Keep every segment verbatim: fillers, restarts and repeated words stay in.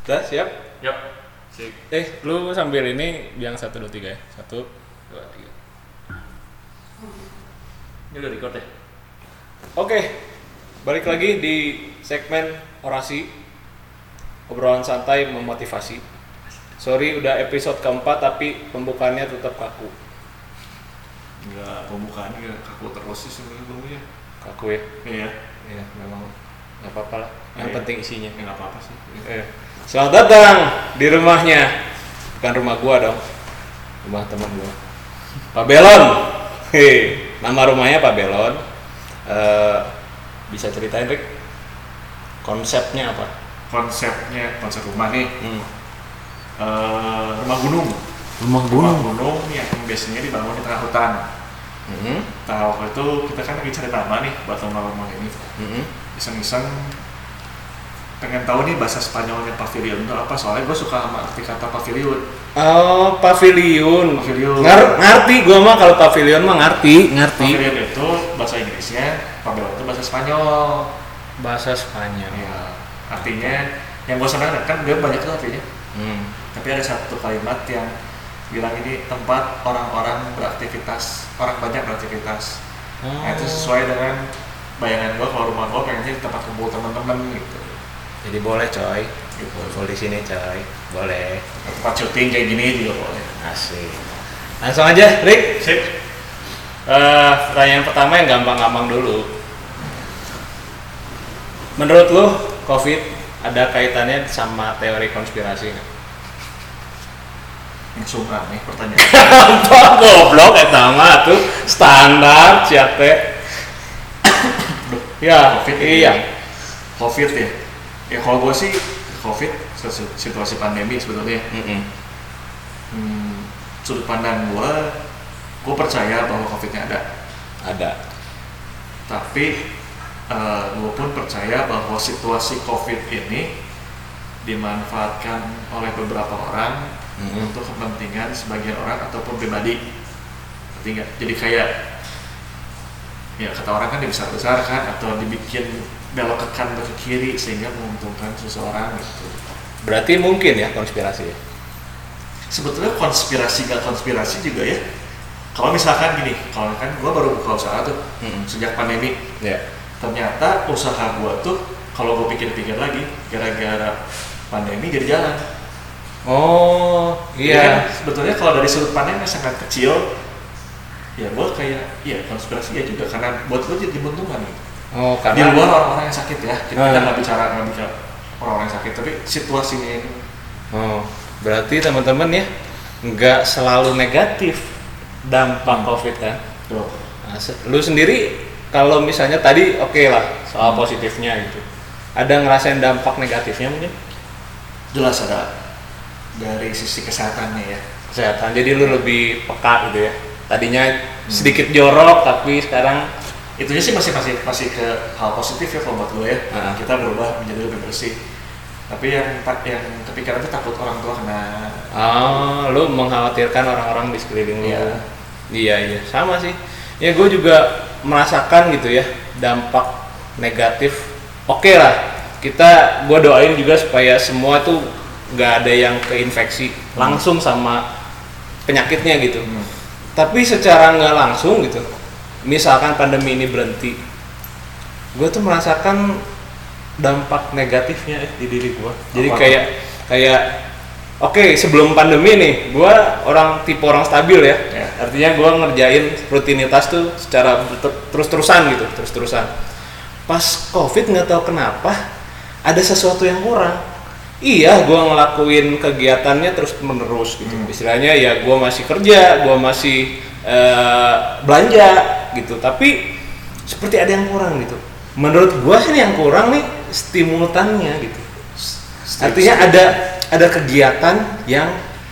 Udah siap? Yap. Sip. Eh, lu sambil ini bilang satu dua tiga ya. Satu, dua tiga. Ini udah record ya? Oke, balik lagi di segmen orasi, obrolan santai memotivasi. Sorry udah episode keempat tapi pembukaannya tetap kaku. Enggak, pembukaannya enggak kaku terus sih sebenarnya dulunya. Kaku ya? Iya. Iya, memang nggak apa-apa lah. Yang Iya. penting isinya. Ya enggak apa-apa sih. Eh, selamat datang di rumahnya. Bukan rumah gua dong. Rumah teman gua. Pak Belon. Hei, nama rumahnya Pak Belon. Eh, bisa ceritain Rick? Konsepnya apa? Konsepnya, konsep rumah nih. Hmm. Eh, rumah gunung. Rumah Rumah gunung yang biasanya dibangun di tengah hutan. Hmm. Nah, waktu itu kita kan lagi cari nama nih buat rumah-rumah ini. Hmm. Iseng-iseng pengen tahu nih bahasa Spanyolnya pavilion itu apa, soalnya gue suka sama arti kata pavilion. Oh, pavilion. Pavilion. Ngar- ngerti gua mah kalau pavilion mah ngerti, ngerti. Pavilion itu bahasa Inggrisnya, pavilion itu bahasa Spanyol. Bahasa Spanyol. Ya, artinya yang gue senang kan dia banyak tuh artinya. Hmm. Tapi ada satu kalimat yang bilang ini tempat orang-orang beraktivitas, orang banyak beraktivitas. Oh. Nah, itu sesuai dengan bayangan gue kalau rumah gue pengennya di tempat kumpul teman-teman gitu. Jadi boleh coy. Gitu. Kumpul di sini coy. Boleh. Tempat syuting kayak gini juga boleh. Asik. Langsung aja, Rick. Sip. Eh, pertanyaan pertama yang gampang-gampang dulu. Menurut lu, COVID ada kaitannya sama teori konspirasi nggak? Langsung aneh pertanyaan. Apa goblok eta mah tuh standar cia teh. Ya, COVID iya. COVID ya. Ya kalau gue sih COVID situ- situasi pandemi sebetulnya. Mm-mm. Hmm, sudut pandang gue, gue percaya bahwa COVID-nya ada. Ada. Tapi uh, gue pun percaya bahwa situasi COVID ini dimanfaatkan oleh beberapa orang Mm-mm. untuk kepentingan sebagian orang ataupun pribadi. Ngerti nggak? Jadi kayak ya kata orang kan dibesar-besarkan atau dibikin belok ke kanan atau ke kiri sehingga menguntungkan seseorang gitu. Berarti mungkin ya konspirasi ya? Sebetulnya konspirasi nggak konspirasi juga ya. Kalau misalkan gini, kalau kan gue baru buka usaha tuh Mm-mm. sejak pandemi. Ya. Ternyata usaha gue tuh kalau gue pikir-pikir lagi gara-gara pandemi jadi jalan. Oh, Jadi iya. kan sebetulnya kalau dari sudut pandang yang sangat kecil, ya gue kayak ya konspirasi ya juga karena buat gue jadi menguntungkan gitu. Oh, Di karena luar orang-orang yang sakit ya, kita Ah. nggak bicara nggak bicara orang-orang yang sakit, tapi situasinya ini. Oh, berarti teman-teman ya nggak selalu negatif dampak Hmm. COVID kan? Tuh. Nah, se- lu sendiri kalau misalnya tadi oke lah soal positifnya gitu, ada ngerasain dampak negatifnya mungkin Jelas ada dari sisi kesehatannya ya. kesehatan. Jadi lu lebih peka gitu ya. Tadinya sedikit jorok tapi sekarang Itunya sih masih masih masih ke hal positif ya kalau buat gue ya. Ah. Kita berubah menjadi lebih bersih. Tapi yang tak yang kepikiran itu takut orang tua kena. oh, lu mengkhawatirkan orang-orang di sekeliling lu. Iya. Iya iya sama sih. Ya gue juga merasakan gitu ya dampak negatif. Oke lah kita gue doain juga supaya semua tuh nggak ada yang keinfeksi langsung sama penyakitnya gitu. Hmm. Tapi secara nggak langsung gitu, misalkan pandemi ini berhenti, gue tuh merasakan dampak negatifnya eh, di diri gue. Jadi Apa? kayak kayak oke sebelum pandemi nih, gue orang tipe orang stabil ya. Ya. Artinya gue ngerjain rutinitas tuh secara ter- terus-terusan gitu, terus-terusan. Pas COVID nggak tahu kenapa ada sesuatu yang kurang. Iya, gue ngelakuin kegiatannya terus menerus gitu. Hmm. Istilahnya ya gue masih kerja, gue masih eh, belanja gitu. Tapi seperti ada yang kurang gitu. Menurut gue sih yang kurang nih stimulannya gitu. Artinya ada ada kegiatan yang,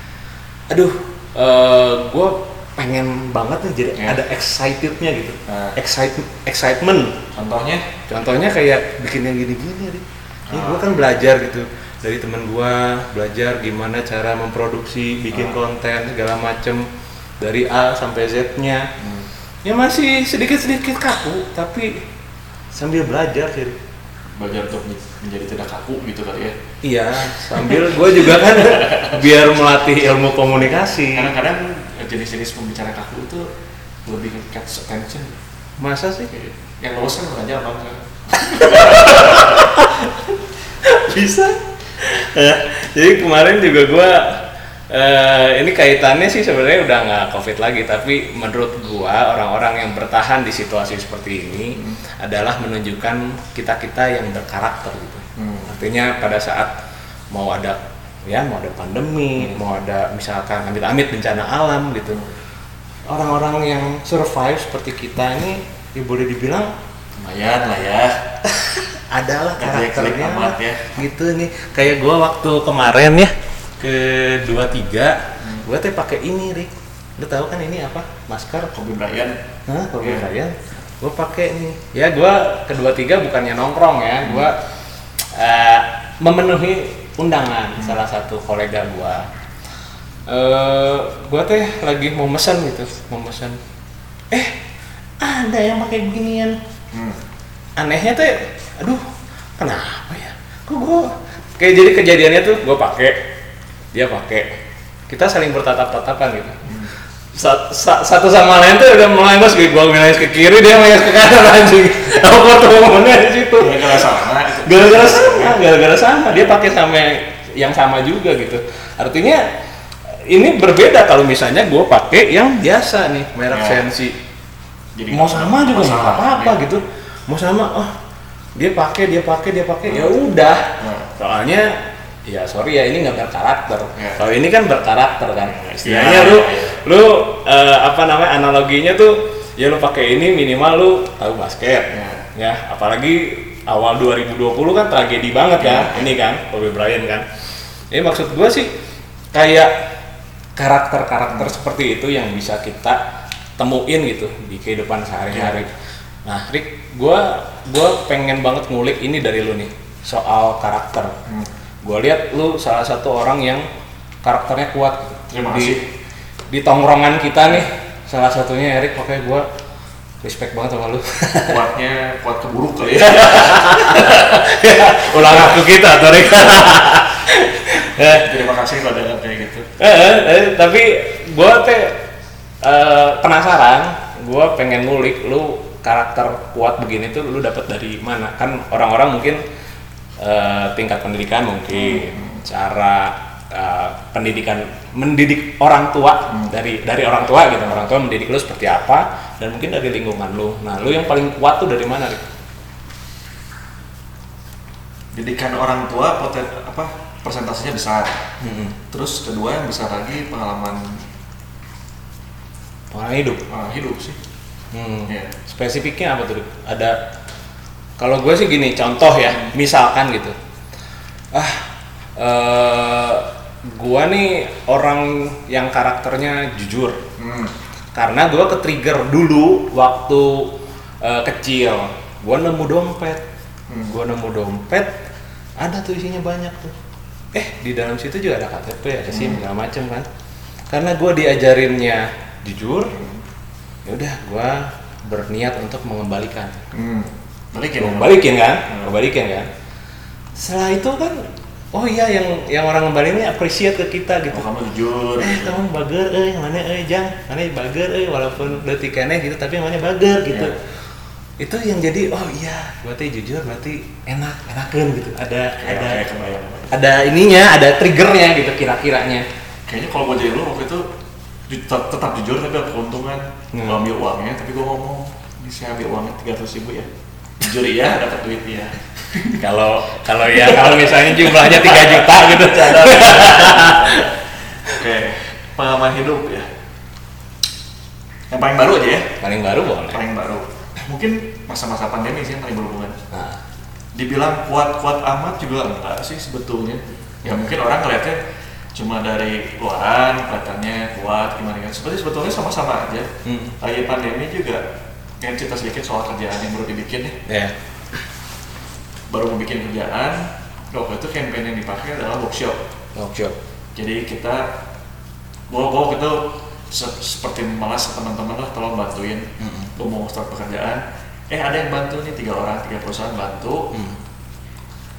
aduh, eh, gue pengen banget nih jadi Ya. ada excitednya gitu, Nah. excite excitement. Contohnya, Contohnya kayak bikin yang gini-gini nih. Ini Ah. gue kan belajar gitu dari teman gue, belajar gimana cara memproduksi, bikin Ah. konten segala macem dari A sampai Z-nya. hmm, Ya masih sedikit-sedikit kaku, tapi sambil belajar sih. belajar untuk menjadi tidak kaku gitu kali ya. Iya, sambil gue juga kan biar melatih ilmu komunikasi. Kadang-kadang jenis-jenis pembicara kaku itu lebih catch attention. Masa sih? Yang lolos kan belajar abang kan. Bisa. Ya, jadi kemarin juga gue Uh, ini kaitannya sih sebenarnya udah nggak COVID lagi, tapi menurut gua orang-orang yang bertahan di situasi seperti ini hmm. adalah menunjukkan kita-kita yang berkarakter gitu. Hmm. Artinya pada saat mau ada ya mau ada pandemi, hmm. mau ada misalkan amit-amit bencana alam gitu, orang-orang yang survive seperti kita ini ya boleh dibilang lumayan lah ya. Adalah karakternya amat ya. Gitu nih. Kayak gua waktu kemarin ya ke dua tiga, hmm. gue teh pakai ini, Rick. Lu tahu kan ini apa? Masker Kobe Bryant. Hah, Kobe yeah. Bryant. Gue pakai ini. Ya gue ke dua tiga bukannya nongkrong ya, hmm. gue uh, memenuhi undangan hmm. salah satu kolega gue. Uh, gue teh lagi mau mesen gitu, mau mesen. Eh, ada yang pakai beginian. Hmm. Anehnya teh, aduh, kenapa ya? Kok gue kayak jadi kejadiannya tuh gue pakai. Dia pakai, kita saling bertatap-tatapan gitu. Hmm. Sa- sa- satu sama lain tuh udah mulai mas, gue nangis ke kiri, dia nangis ke kanan anjing. Apa pertemuannya di situ? Gara-gara sama. Gara-gara sama, gara-gara sama. Dia pakai sama yang sama juga gitu. Artinya ini berbeda kalau misalnya gue pakai yang biasa nih, merek ya. Sensi. Jadi mau sama juga nggak apa-apa ya. Gitu. Mau sama, oh dia pakai, dia pakai, dia pakai, hmm. ya udah. Hmm. Soalnya ya sorry ya ini nggak berkarakter. Ya. Kalau ini kan berkarakter kan. Istilahnya ya, lu, ya, ya. lu uh, apa namanya analoginya tuh ya lu pakai ini minimal lu tahu basket. Ya. Ya apalagi awal dua ribu dua puluh kan tragedi banget ya. Kan ini kan Kobe Bryant kan. Ini maksud gua sih kayak karakter-karakter hmm. seperti itu yang bisa kita temuin gitu di kehidupan sehari-hari. Ya. Nah, Rick, gua gua pengen banget ngulik ini dari lu nih soal karakter. Hmm. Gue lihat lu salah satu orang yang karakternya kuat Terima di, kasih. di tongkrongan kita nih, salah satunya Erik, makanya gue respect banget sama lu. Kuatnya kuat keburuk kali ya. Ulang aku kita tuh Erik. Terima kasih pada kayak gitu. Eh, eh, eh, tapi gue teh uh, penasaran, gue pengen ngulik lu karakter kuat begini tuh lu dapat dari mana? Kan orang-orang mungkin Uh, tingkat pendidikan mungkin hmm. cara uh, pendidikan mendidik orang tua hmm. dari dari orang tua gitu orang tua mendidik lu seperti apa dan mungkin dari lingkungan lu. Nah lu yang paling kuat tuh dari mana, Rik? Didikan orang tua poten, apa persentasenya besar. Hmm. Terus kedua yang besar lagi pengalaman pengalaman hidup. Uh, hidup sih. Hmm. Yeah. Spesifiknya apa tuh, Rik? Ada. Kalau gue sih gini, contoh ya, misalkan gitu, ah, uh, gue nih orang yang karakternya jujur, hmm. karena gue ke-trigger dulu waktu uh, kecil, gue nemu dompet, hmm. gue nemu dompet, ada tuh isinya banyak tuh, eh di dalam situ juga ada K T P, ada SIM, hmm. segala macem kan, karena gue diajarinnya jujur, hmm. ya udah gue berniat untuk mengembalikan. Hmm. Balikin, oh, balikin kan, hmm. balikin kan. Setelah itu kan, oh iya yang yang orang ngembaliin ini appreciate ke kita gitu. Oh, kamu jujur. Eh kamu bager, eh mana eh jang, mana bager, eh walaupun detik keneh gitu, tapi mana bager gitu. Yeah. Itu yang jadi, oh iya, berarti jujur, berarti enak, enakan gitu. Ada ya, ada kebayang, ada ininya, ada triggernya gitu kira-kiranya. Kayaknya kalau gue jadi lu waktu itu tetap, tetap jujur tapi ada keuntungan. Hmm. Gue ambil uangnya, tapi gue ngomong, bisa ambil uangnya tiga ratus ribu ya. Jujur ya, dapat duit ya. Kalau kalau ya kalau misalnya jumlahnya tiga juta gitu. Oke, pengalaman hidup ya. Yang paling baru aja ya. Paling baru boleh. Paling baru. Mungkin masa-masa pandemi sih yang paling berhubungan. Nah. Dibilang kuat-kuat amat juga enggak sih sebetulnya. Ya mungkin orang ngeliatnya cuma dari luaran kelihatannya kuat gimana kan. Seperti sebetulnya sama-sama aja. Hmm. Lagi pandemi juga. Yang cerita sedikit soal kerjaan yang baru dibikin ya. Yeah. Baru mau bikin kerjaan, waktu itu campaign yang dipakai adalah workshop. Workshop. Jadi kita, gua gua waktu itu se- seperti malas ke teman-teman lah, tolong bantuin. Mm-hmm. Gua mau start pekerjaan. Eh ada yang bantu nih tiga orang, tiga perusahaan bantu. Mm.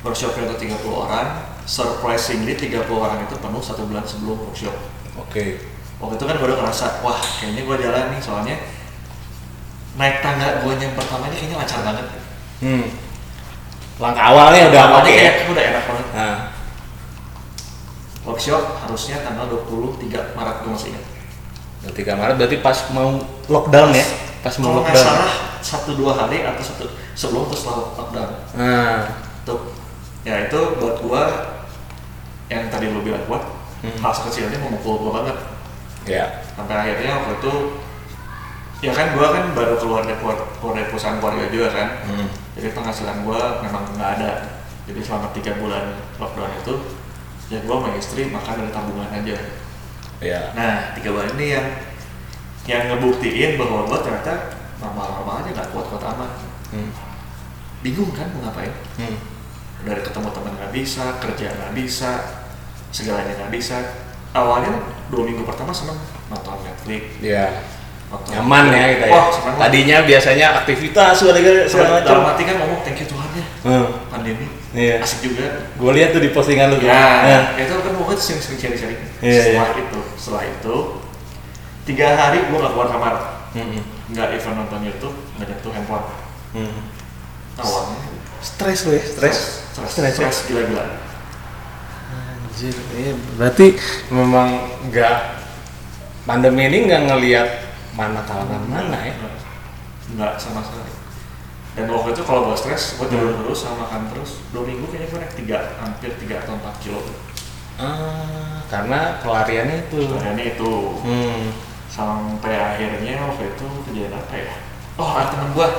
workshopnya itu tiga puluh orang, surprisingly tiga puluh orang itu penuh satu bulan sebelum workshop. Oke. Okay. Waktu itu kan gue udah ngerasa, wah kayaknya gue jalan nih, soalnya naik tangga gue yang pertama ini kayaknya lancar banget. Hmm. Langkah awalnya udah oke. Okay. Kayak udah enak banget. Nah. Workshop harusnya tanggal dua puluh tiga Maret, gue masih ingat. dua puluh tiga Maret berarti pas mau lockdown ya? Pas mau kalau lockdown. Kalau nggak salah satu dua hari atau satu sebelum atau setelah lockdown. Nah. Tuh, ya itu buat gua yang tadi lu bilang kuat, hmm. hal sekecilnya memukul gua banget. Ya. Sampai akhirnya waktu itu, ya kan gua kan baru keluar dari keluar, keluar dari perusahaan keluarga juga kan. Hmm. Jadi penghasilan gua memang nggak ada. Jadi selama tiga bulan lockdown itu, ya gua sama istri makan dari tabungan aja. Ya. Nah, tiga bulan ini yang yang ngebuktiin bahwa gua ternyata normal-normal aja, nggak kuat-kuat amat. Hmm. Bingung kan mau ngapain? Hmm. Dari ketemu teman nggak bisa, kerja nggak bisa, segalanya nggak bisa. Awalnya dua minggu pertama seneng nonton Netflix. Iya. Nonton nyaman ya kita ya. Wah, tadinya biasanya aktivitas segala segala macam. Dalam hati kan ngomong thank you Tuhan ya. Hmm. Pandemi. Iya. Asik juga. Gue lihat tuh di postingan lu. Ya. Nah. Itu kan pokoknya sering-sering sharing-sharing. Iya, setelah iya. itu, setelah itu tiga hari gue nggak keluar kamar. Hmm. Nggak even nonton YouTube, nggak nyentuh handphone. Hmm. Awalnya stres lo ya, stres, stres, stres gila-gila. Anjir, iya berarti memang nggak, pandemi ini nggak ngelihat mana kalangan mana ya? Nggak sama sekali. Dan waktu itu kalau gue stres, gue tidur terus sama makan terus. Dua minggu kayaknya gue naik tiga, hampir tiga atau empat kilo. Ah, karena pelariannya itu. Pelariannya itu. Hmm. Sampai akhirnya waktu itu kejadian apa ya? Oh, ada teman gue.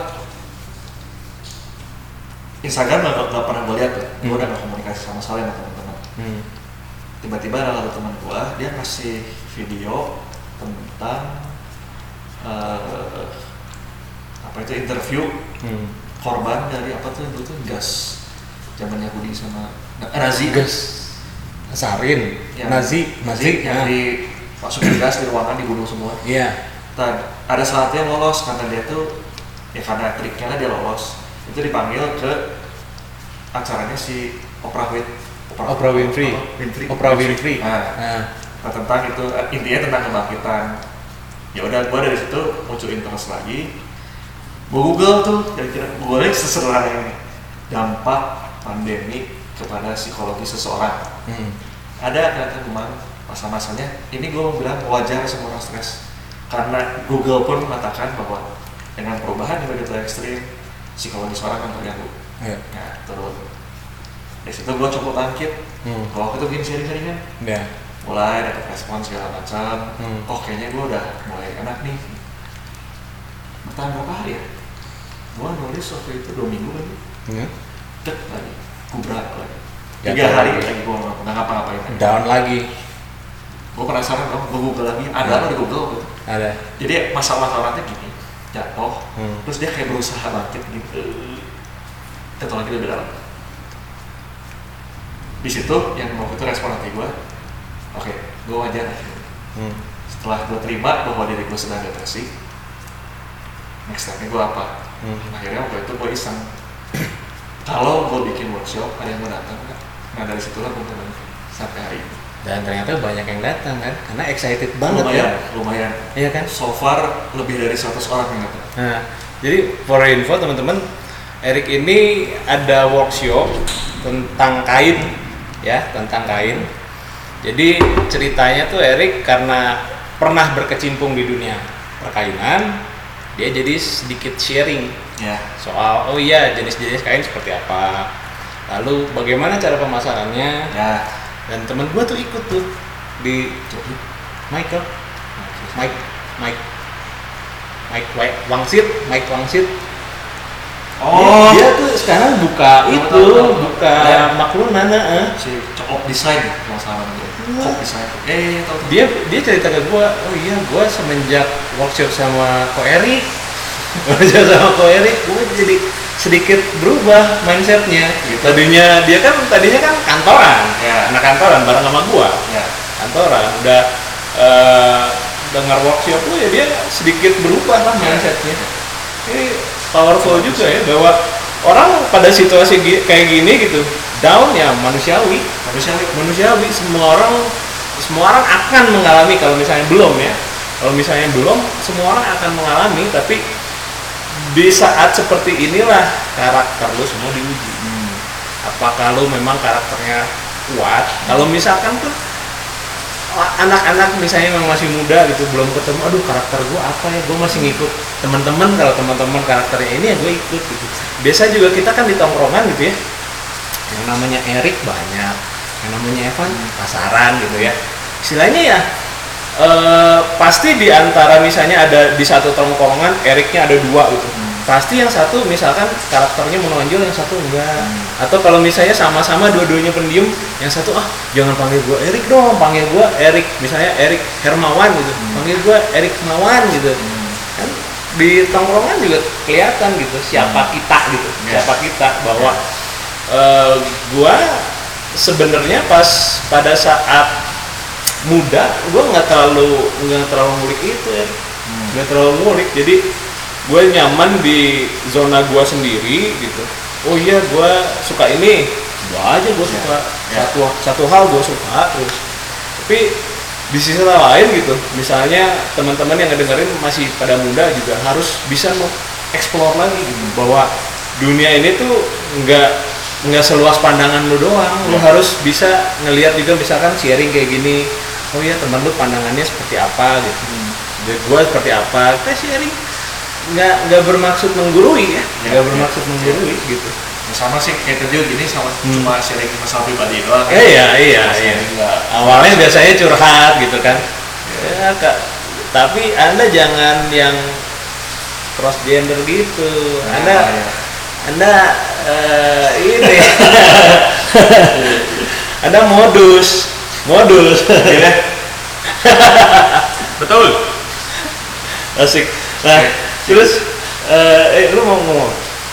Instagram gak, gak pernah gue lihat tuh, hmm. gue udah gak komunikasi sama sekali sama teman-teman. Hmm. Tiba-tiba ada satu teman gue, dia ngasih video tentang uh, apa itu interview hmm. korban dari apa tuh dulu tuh gas zaman Yahudi sama Nazi. Gas, Sarin, yang, Nazi, Nazi yang di masukin gas di ruangan dibunuh semua. Iya. Yeah. Ada saatnya lolos karena dia tuh, ya karena triknya dia lolos. Itu dipanggil ke acaranya si Oprah Winfrey. Oprah, Oprah Winfrey. Winfrey. Oprah Winfrey. Nah, nah. nah, tentang itu intinya tentang kebangkitan. Ya udah, gua dari situ muncul interest lagi. Gua Google tuh, kira-kira Google sesederhana ini dampak pandemi kepada psikologi seseorang. Hmm. Ada ternyata memang masa-masanya. Ini gua mau bilang wajar semua orang stres. Karena Google pun mengatakan bahwa dengan perubahan yang begitu ekstrim, psikologi seorang kan terganggu. Ya. Nah, turun. Dari situ gue coba bangkit. Hmm. Kalau waktu itu gini sharing-sharing kan. Ya. Mulai dapat respon segala macam. Hmm. Oh kayaknya gue udah mulai enak nih. Bertahan berapa hari ya? Gue nulis waktu itu dua minggu lagi. Hmm. Dek lagi. Kubrak lagi. Tiga hari lagi gue nggak ngapa-ngapain. Down lagi. Gue penasaran dong. Gue Google lagi. Ada apa di Google gitu. Ada. Jadi masalah-masalahnya gini. Jatuh. Hmm. Terus dia kayak berusaha bangkit gitu. Kita lagi lebih dalam. Di situ yang waktu itu respon hati gue, oke, okay, gue wajar. Hmm. Setelah gue terima bahwa diri gue sedang depresi, next step-nya gue apa? Hmm. Akhirnya waktu itu gue iseng. Kalau gue bikin workshop, ada yang mau datang kan? Nah dari situlah gue mulai sampai hari ini. Dan ternyata banyak yang datang kan, karena excited banget lumayan, ya. Lumayan, iya kan? So far lebih dari seratus orang yang datang. Nah, jadi for info teman-teman, Erik ini ada workshop tentang kain, ya, tentang kain. Jadi ceritanya tuh Erik karena pernah berkecimpung di dunia perkainan, dia jadi sedikit sharing ya. Soal oh iya jenis-jenis kain seperti apa, lalu bagaimana cara pemasarannya. Ya. Dan temen gue tuh ikut tuh di Michael, Mike, Mike, Mike Wangsit, Mike Wangsit. Oh, dia, dia tuh sekarang buka oh, itu, oh, buka ya. Maklunan, eh. Si Cop Design, kalau salah namanya. Cop Design. Eh, tahu, tahu. Dia dia cerita ke gua, oh iya, gua semenjak workshop sama Ko Erik, workshop sama Ko Erik, gua jadi sedikit berubah mindsetnya. Gitu. Tadinya dia kan tadinya kan kantoran, ya. Anak kantoran bareng sama gua, ya. Kantoran, udah uh, dengar workshop lu ya dia sedikit berubah lah mindsetnya. Ini powerful juga ya bahwa orang pada situasi kayak gini gitu down ya manusiawi, manusiawi manusiawi semua orang semua orang akan mengalami kalau misalnya belum ya. Kalau misalnya belum, semua orang akan mengalami, tapi di saat seperti inilah karakter lu semua diuji. Hmm. Apakah lu memang karakternya kuat? Hmm. Kalau misalkan tuh anak-anak misalnya yang masih muda gitu belum ketemu, aduh karakter gua apa ya? Gua masih ngikut teman-teman, kalau teman-teman karakternya ini ya gue ikut gitu. Biasa juga kita kan di tongkrongan gitu ya. Yang namanya Erik banyak, yang namanya Evan pasaran gitu ya. Istilahnya ya e, pasti di antara misalnya ada di satu tongkrongan Eriknya ada dua gitu. Hmm. Pasti yang satu misalkan karakternya menonjol, yang satu enggak. Hmm. Atau kalau misalnya sama-sama dua-duanya pendiam, yang satu ah jangan panggil gua Erik dong, panggil gua Erik, misalnya Erik Hermawan gitu. Hmm. Panggil gua Erik Hermawan gitu. Hmm. Kan di tongkrongan juga kelihatan gitu siapa hmm. kita gitu. Yeah. Siapa kita bahwa yeah. Uh, gua sebenarnya pas pada saat muda gua nggak terlalu nggak terlalu ngulik itu ya nggak hmm. terlalu ngulik, jadi gue nyaman di zona gua sendiri gitu. Oh iya gua suka ini, gua aja gua suka yeah. satu satu hal gua suka terus. Tapi di sisi lain gitu, misalnya teman-teman yang ngedengerin masih pada muda juga harus bisa mengeksplor lagi gitu, bahwa dunia ini tuh nggak nggak seluas pandangan lu doang, lu ya. Harus bisa ngelihat juga misalkan sharing kayak gini, oh iya teman lu pandangannya seperti apa gitu, hmm. dan gua seperti apa, kita sharing nggak nggak bermaksud menggurui ya, nggak ya, bermaksud ya. menggurui ya. gitu. Sama sih kayak tadi gini sama hmm. cuma sharing masalah pribadi doang. Eh, iya iya iya. Enggak. Awalnya biasanya curhat gitu kan, ya, ya kak. Tapi anda jangan yang cross gender gitu, nah, anda. Ya. Anda uh, ini Anda modus modus ya. Betul, asik. Nah okay. Terus uh, eh lu mau ngomong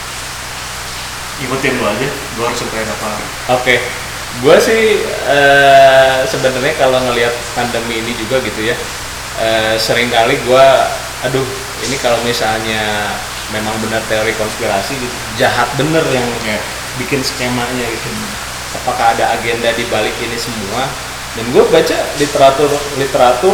ikutin lu aja, gua harus supaya apa. Oke okay. Gua sih uh, sebenarnya kalau ngelihat pandemi ini juga gitu ya, uh, seringkali gua aduh ini kalau misalnya memang benar teori konspirasi gitu, jahat bener yang yeah. bikin skemanya gitu. Apakah ada agenda di balik ini semua? Dan gue baca literatur literatur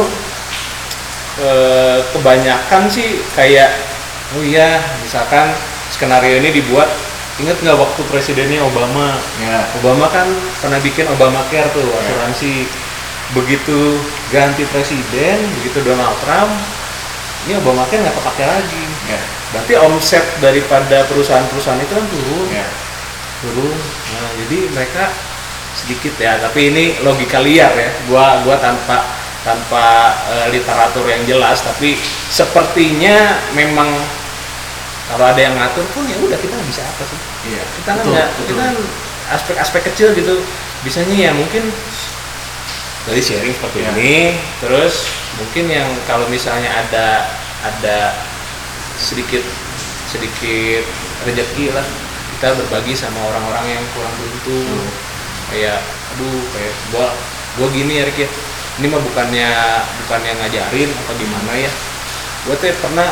e, kebanyakan sih kayak oh iya misalkan skenario ini dibuat, inget nggak waktu presidennya Obama? Yeah. Obama kan pernah bikin Obamacare tuh asuransi. Yeah. Begitu ganti presiden, begitu Donald Trump, ini Obamacare nggak kepake lagi. Yeah. Berarti omset daripada perusahaan-perusahaan itu kan turun, yeah. turun. Nah, jadi mereka sedikit ya. Tapi ini logika liar ya. Gua, gua tanpa tanpa uh, literatur yang jelas. Tapi sepertinya memang kalau ada yang ngatur pun ya udah kita nggak bisa apa sih. Yeah. Kita kan nggak, kita kan aspek-aspek kecil gitu. Bisanya ya mungkin dari sharing seperti yeah. ini. Terus mungkin yang kalau misalnya ada ada sedikit sedikit rezeki lah, kita berbagi sama orang-orang yang kurang beruntung. hmm. Kayak aduh kayak gua gua gini ya Rick ya, ini mah bukannya bukannya ngajarin apa gimana ya, gua tuh pernah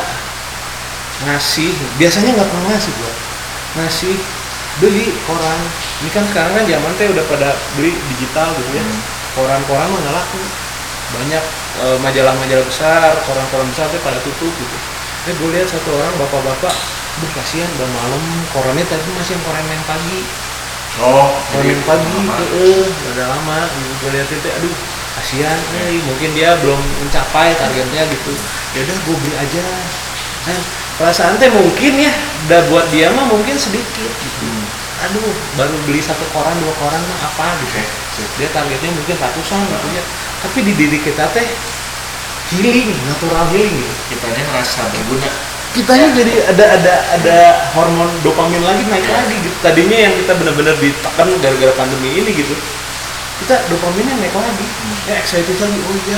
ngasih, biasanya nggak pernah ngasih gua ngasih beli koran. Ini kan sekarang kan zaman teh udah pada beli digital gitu ya. hmm. Koran-koran mah nggak laku, banyak e, majalah-majalah besar, koran-koran besar tuh pada tutup gitu. Eh gue lihat satu orang bapak-bapak, aduh kasihan udah malam, korannya tadi masih koran yang pagi. Oh, koran yang pagi, eh udah lama. Gue lihat itu, aduh kasihan, eh mungkin dia belum mencapai targetnya gitu. Ya udah gue beli aja. Nah, perasaan teh mungkin ya, udah buat dia mah mungkin sedikit. Gitu. Hmm. Aduh, baru beli satu koran dua koran mah apa gitu. Dia targetnya mungkin ratusan gitu ya. Tapi di diri kita teh healing, natural healing gitu. Kitanya merasa berguna. Kitanya ya. Jadi ada ada ada hormon dopamin lagi naik ya. lagi gitu. Tadinya yang kita benar-benar ditekan gara-gara pandemi ini gitu. Kita dopaminnya naik lagi. Hmm. Ya excited lagi. Oh iya.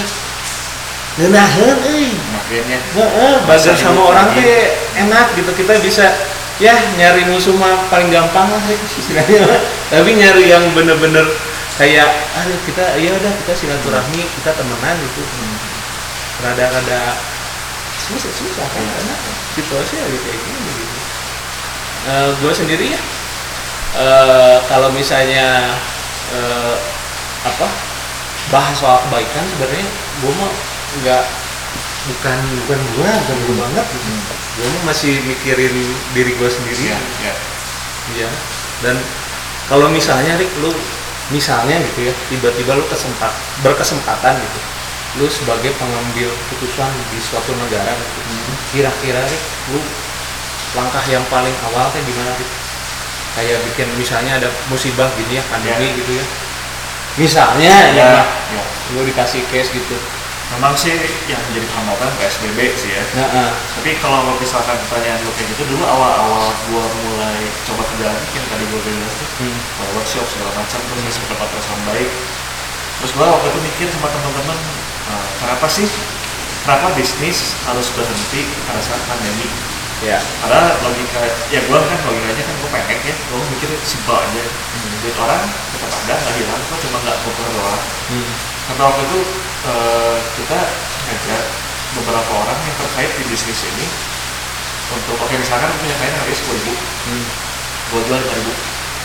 Ngenahan euy. Makanya. Heeh, bager sama orang teh enak gitu. Kita bisa ya nyari musuh mah paling gampang lah istilahnya. Tapi nyari yang benar-benar kayak aduh kita ya udah kita silaturahmi, kita temenan gitu. Hmm. Rada-rada susah-susah kan karena situasi lagi kayak gini gitu. Uh, gue sendiri ya uh, kalau misalnya uh, apa bahas soal kebaikan, sebenarnya gue mah nggak bukan bukan gue bukan gue banget gitu. Hmm. Gue mah masih mikirin diri gue sendiri. Iya. Ya. Ya. Dan kalau misalnya Rick, lu misalnya gitu ya, tiba-tiba lu kesempat berkesempatan gitu, lu sebagai pengambil putusan di suatu negara gitu. Hmm. Kira-kira Rick, lu langkah yang paling awal kayak gimana Rick? Kayak bikin misalnya ada musibah gini ya, pandemi ya. Gitu ya. Misalnya ya, ya, ya. Lu dikasih case gitu. Memang sih yang menjadi hambatan P S B B sih ya. Nah, uh. Tapi kalau misalkan pertanyaan lu kayak gitu, dulu awal-awal gua mulai coba kerjaan yang tadi gua bilang tuh, hmm. workshop segala macam, terus hmm. mendapat respon baik. Terus gua waktu itu mikir sama teman-teman, uh, kenapa sih, kenapa bisnis harus berhenti pada saat pandemi? Ya. Karena logika, ya gua kan logikanya kan gua pendek ya, gua mikir simpel aja. Hmm. Duit orang tetap ada, nggak hilang, kok cuma nggak tukar doang. Hmm. Karena waktu itu uh, kita ngajak beberapa orang yang terkait di bisnis ini untuk, oke misalkan punya klien harganya sepuluh ribu, hmm. gue jual lima ribu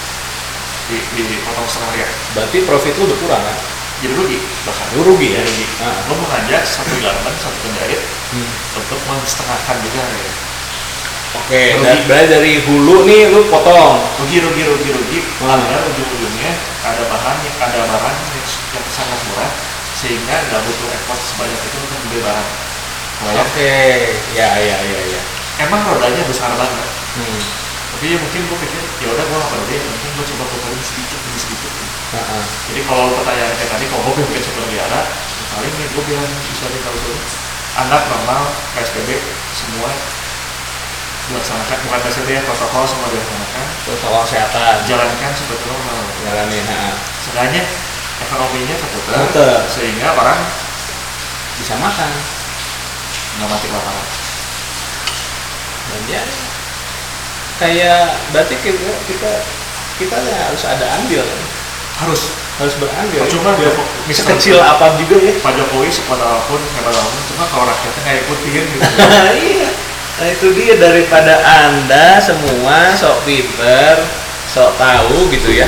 di, di potong setengah ya. Berarti profit lu berkurang kan? Jadi rugi bahkan. Lu rugi ya? Rugi. Ah. Lo mengajak satu garment, satu penjahit hmm. untuk mensetengahkan juga ya. Oke, okay, berarti dari hulu nih lu potong. Rugi, rugi, rugi, rugi. Karena hmm. ujung-ujungnya ada bahan yang ada barang yang, yang sangat murah sehingga nggak butuh effort sebanyak itu untuk beli barang. Oke, okay. ya, ya, ya, ya. Emang rodanya besar banget. Hmm. Tapi ya mungkin gue pikir, ya udah gue nggak peduli, mungkin gue coba puterin sedikit demi sedikit. Uh-huh. Jadi kalau pertanyaan kayak tadi, kalau gue bikin satu negara, paling nih gue bilang bisa nih kalau dulu, anggap normal P S B B semua dilaksanakan, bukan P S B B ya, protokol semua dilaksanakan, protokol kesehatan jalankan seperti normal, jalanin. Sebenarnya ekonominya terputar, sehingga orang bisa makan, nggak mati kelaparan. Dan ya kayak berarti kita kita kita harus ada andil, harus harus berandil. Cuma ya, sekecil apa juga ya. Pak Jokowi sepada apapun hebat apapun, cuma kalau rakyatnya nggak ikutin gitu. Iya. Nah itu dia, daripada anda semua sok pinter, sok tahu gitu ya.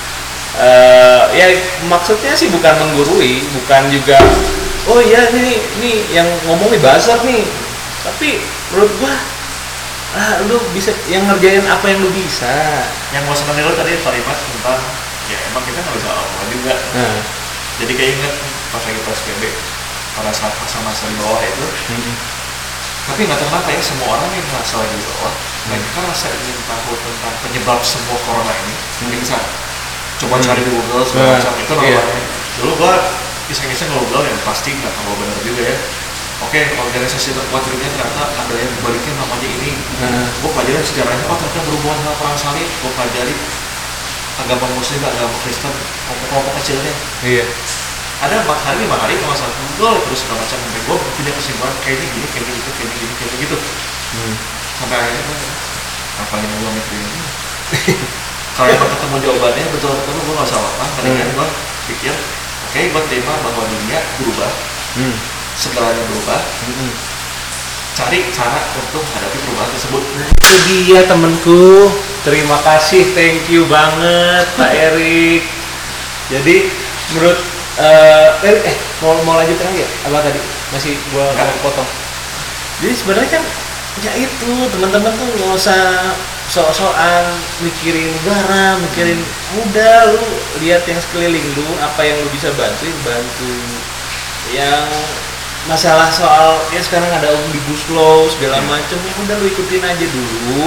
Uh, ya maksudnya sih bukan menggurui, bukan juga oh iya nih nih yang ngomongnya bazar nih, tapi menurut gua ah lu bisa yang ngerjain apa yang lu bisa. Yang mau seneng lu tadi Pak Imas tentang ya emang kita nggak bisa apa juga. Hmm. Jadi kayak inget pas lagi P S B B pada saat masa-masa di bawah itu. Hmm. Tapi nggak tahu kenapa ya semua orang yang merasa lagi di bawah, hmm. mereka rasa ingin tahu tentang penyebab semua corona ini. Mungkin bisa coba hmm. cari di Google segala macam hmm. itu namanya. Iya. Dulu gua iseng-iseng Google yang pasti nggak tahu benar juga ya. Oke, organisasi terkuat dunia ternyata ada yang baliknya namanya ini. Hmm. Gue pelajari sejarahnya, oh ternyata berhubungan sama perang salib. Gue pelajari agama Muslim, agama Kristen, kelompok kecilnya. Iya. Ada empat hari, lima hari kalau salah Google terus segala macam. Sampai gue punya kesimpulan kayak ini gini, kayak gitu, kayak gini, kayak gitu. Hmm. Sampai akhirnya gue apa yang gue mikir ini? Kalau emang ketemu jawabannya betul ketemu, gue nggak usah apa. Mendingan hmm. gue pikir, oke, okay, gue terima bahwa dunia berubah. Hmm. Segalanya berubah, mm-hmm. cari cara untuk menghadapi perubahan tersebut. Nah, itu dia temenku. Terima kasih, thank you banget Pak Erik. Jadi menurut uh, Erik, eh mau mau lanjut lagi ya? Apa tadi? Masih gua mau potong. Jadi sebenarnya kan ya itu teman-teman tuh nggak usah sok-sokan mikirin negara, mikirin udah lu lihat yang sekeliling lu, apa yang lu bisa bantuin bantu. Yang masalah soal ya sekarang ada omnibus law segala hmm. macam ya udah lu ikutin aja dulu.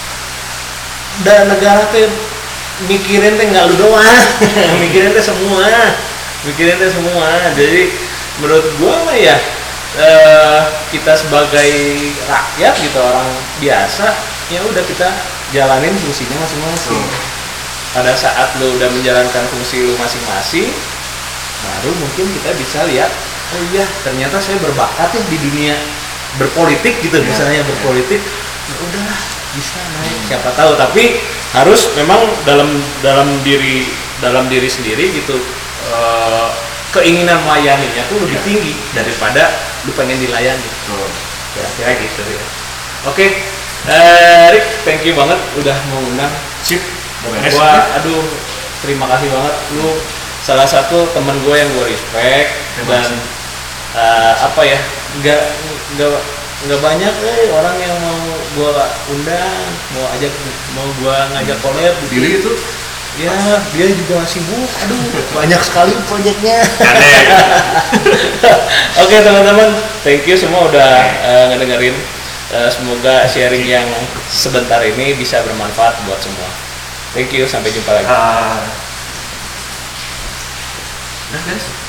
Dan negara teh mikirin teh nggak lu doang, mikirin teh semua, mikirin teh semua. Jadi menurut gua mah ya eh, kita sebagai rakyat gitu orang biasa ya udah kita jalanin fungsinya masing-masing. Hmm. Pada saat lu udah menjalankan fungsi lu masing-masing, baru mungkin kita bisa lihat oh iya ternyata saya berbakat ya di dunia berpolitik gitu ya, misalnya ya. Berpolitik ya udahlah bisa naik hmm. siapa tahu, tapi harus memang dalam dalam diri dalam diri sendiri gitu uh, keinginan melayaninya tuh lebih ya. tinggi daripada lu pengen dilayani. Oh. Kira-kira gitu ya. Oke, okay. uh, Rick, thank you banget udah mau undang. Sip. beres Gua ya. aduh terima kasih banget lu salah satu teman gue yang gue respect Terima dan kasih. uh, apa ya nggak nggak nggak banyak eh orang yang mau gue undang mau ajak mau gue ngajak collab gitu. Billy itu Ya dia juga sibuk aduh banyak sekali proyeknya. aneh. Oke teman-teman, thank you semua udah uh, ngedengerin. Uh, semoga sharing yang sebentar ini bisa bermanfaat buat semua. Thank you, sampai jumpa lagi. Ah. Nah, guys.